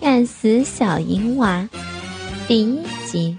干死小银娃第1集。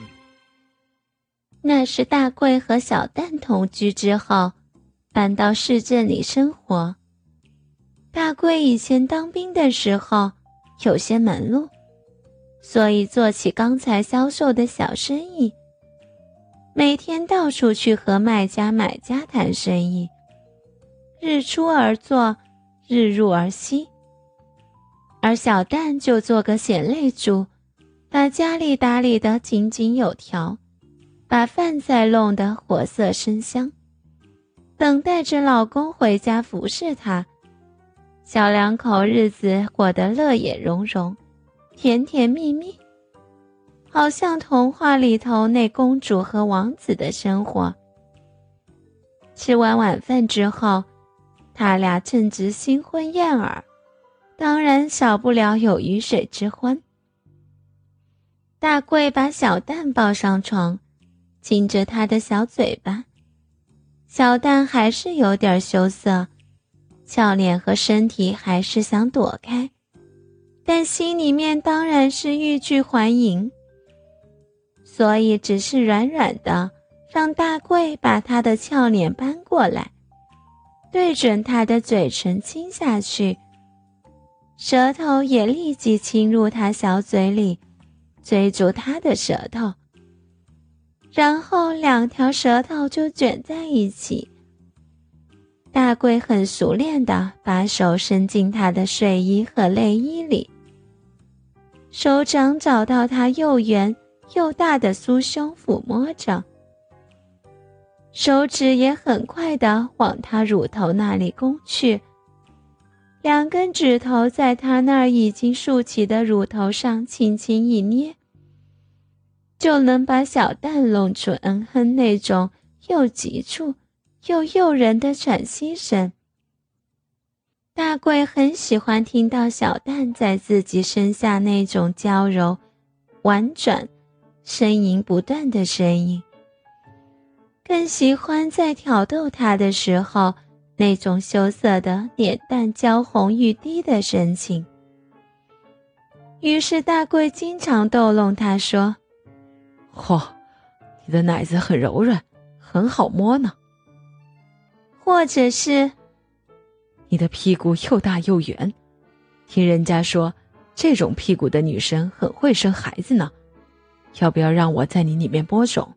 那是大贵和小蛋同居之后搬到市镇里生活。大贵以前当兵的时候有些门路，所以做起钢材销售的小生意，每天到处去和卖家买家谈生意，日出而作，日入而息。而小蛋就做个贤内助，把家里打理得井井有条，把饭菜弄得活色生香，等待着老公回家服侍她。小两口日子过得乐也融融，甜甜蜜蜜，好像童话里头那公主和王子的生活。吃完晚饭之后，他俩正值新婚燕尔，当然少不了有鱼水之欢。大贵把小蛋抱上床，亲着他的小嘴巴。小蛋还是有点羞涩，俏脸和身体还是想躲开，但心里面当然是欲拒还迎，所以只是软软的让大贵把他的俏脸搬过来，对准他的嘴唇亲下去，舌头也立即侵入他小嘴里，追逐他的舌头，然后两条舌头就卷在一起。大贵很熟练地把手伸进他的睡衣和内衣里，手掌找到他又圆又大的酥胸抚摸着，手指也很快地往他乳头那里攻去，两根指头在他那儿已经竖起的乳头上轻轻一捏，就能把小蛋弄出嗯哼那种又急促又诱人的喘息声。大贵很喜欢听到小蛋在自己身下那种娇柔、婉转、呻吟不断的声音，更喜欢在挑逗他的时候那种羞涩的脸蛋娇红欲滴的神情。于是大贵经常逗弄他说： 嚯，你的奶子很柔软，很好摸呢。 或者是你的屁股又大又圆，听人家说这种屁股的女生很会生孩子呢，要不要让我在你里面播种？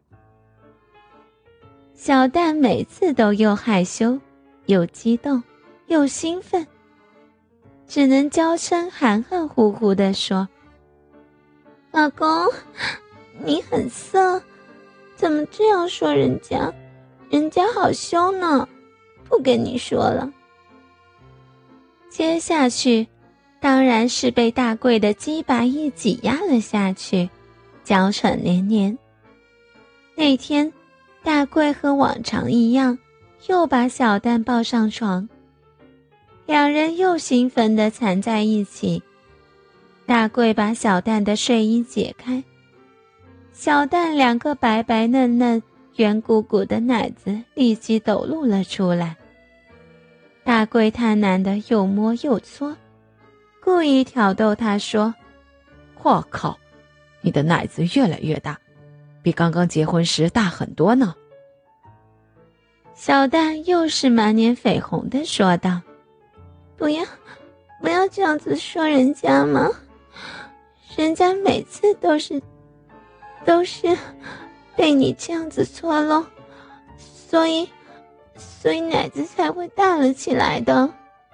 小蛋每次都又害羞又激动又兴奋，只能娇嗔含含糊糊地说：老公，你很色，怎么这样说人家？人家好凶呢，不跟你说了。接下去当然是被大贵的鸡巴一挤压了下去，娇喘连连。那天大贵和往常一样又把小蛋抱上床，两人又兴奋地缠在一起。大贵把小蛋的睡衣解开，小蛋两个白白嫩嫩圆鼓鼓的奶子立即抖露了出来。大贵贪婪地又摸又搓，故意挑逗他说： 我靠，你的奶子越来越大，比刚刚结婚时大很多呢。 小蛋又是满脸绯红地说道：不要这样子说人家嘛，人家每次都是被你这样子搓弄，所以奶子才会大了起来的。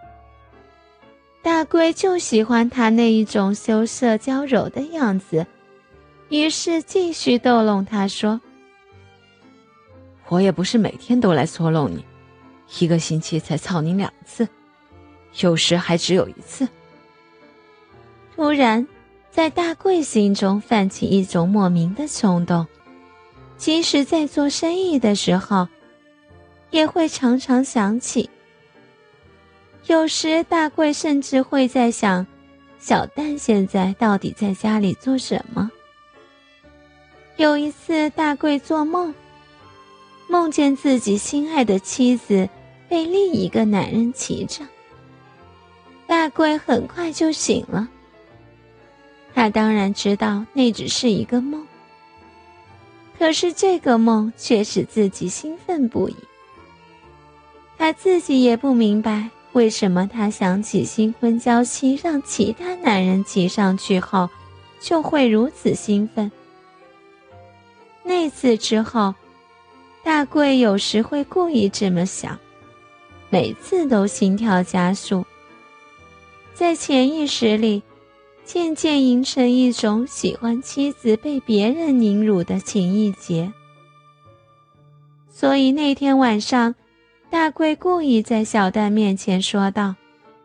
大贵就喜欢他那一种羞涩娇柔的样子，于是继续逗弄他说： 我也不是每天都来搓弄你，一个星期才操你2次，有时还只有1次。 突然在大贵心中泛起一种莫名的冲动，即使在做生意的时候也会常常想起。有时大贵甚至会在想，小蛋现在到底在家里做什么。有一次大贵做梦，梦见自己心爱的妻子被另一个男人骑着，大贵很快就醒了， 他当然知道那只是一个梦，可是这个梦却使自己兴奋不已。他自己也不明白为什么他想起新婚娇妻让其他男人骑上去后就会如此兴奋。那次之后，大贵有时会故意这么想，每次都心跳加速，在潜意识里渐渐形成一种喜欢妻子被别人凌辱的情意结。所以那天晚上，大贵故意在小蛋面前说道：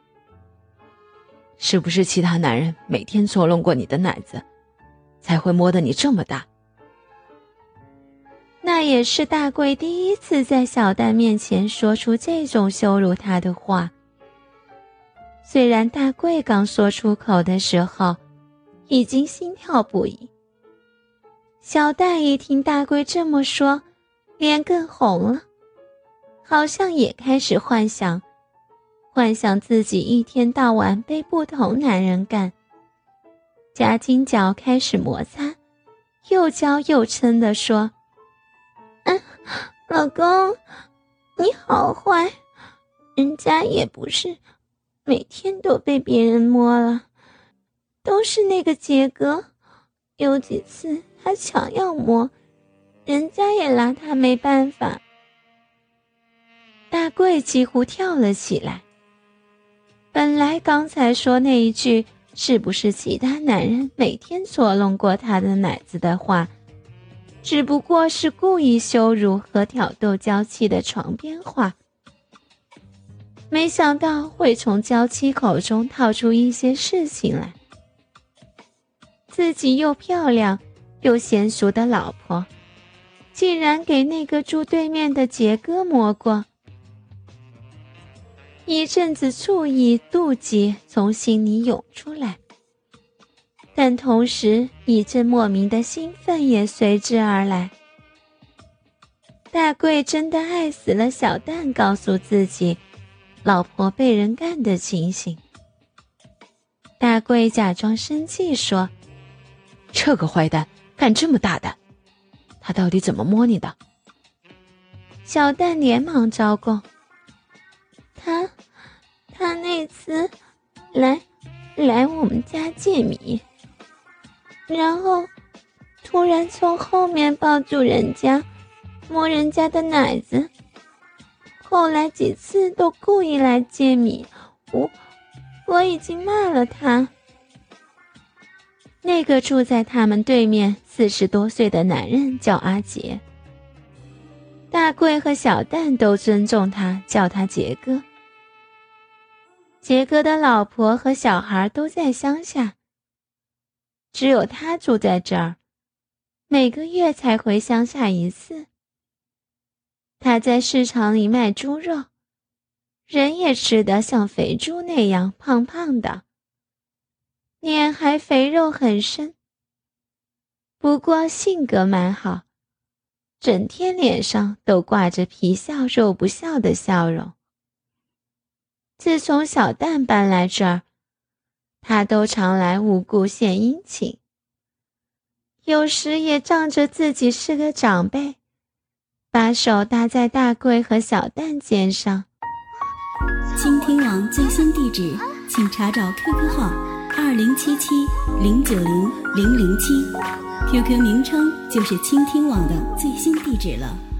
是不是其他男人每天搓弄过你的奶子，才会摸得你这么大？ 那也是大贵第一次在小蛋面前说出这种羞辱他的话。虽然大贵刚说出口的时候已经心跳不已，小蛋一听大贵这么说，脸更红了，好像也开始幻想自己一天到晚被不同男人干。夹紧脚开始摩擦，又娇又嗔地说：老公，你好坏，人家也不是每天都被别人摸了，都是那个杰哥，有几次他强要摸，人家也拿他没办法。大贵几乎跳了起来，本来刚才说那一句是不是其他男人每天搓弄过他的奶子的话，只不过是故意羞辱和挑逗娇妻的床边话，没想到会从娇妻口中套出一些事情来。自己又漂亮又娴熟的老婆，竟然给那个住对面的杰哥摸过。一阵子醋意妒忌从心里涌出来，但同时一阵莫名的兴奋也随之而来。大贵真的爱死了小蛋告诉自己老婆被人干的情形。大贵假装生气说： 这个坏蛋敢这么大胆，他到底怎么摸你的？ 小蛋连忙招供：他那次来我们家借米，然后突然从后面抱住人家，摸人家的奶子，后来几次都故意来借米，我已经骂了他。那个住在他们对面40多岁的男人叫阿杰，大贵和小蛋都尊重他，叫他杰哥。杰哥的老婆和小孩都在乡下，只有他住在这儿，每个月才回乡下一次。他在市场里卖猪肉，人也吃得像肥猪那样胖胖的，脸还肥肉很深，不过性格蛮好，整天脸上都挂着皮笑肉不笑的笑容。自从小蛋搬来这儿，他都常来无故献殷勤，有时也仗着自己是个长辈，把手搭在大贵和小蛋肩上。 倾听网最新地址，请查找 QQ 号2077090007，QQ 名称就是倾听网的最新地址了。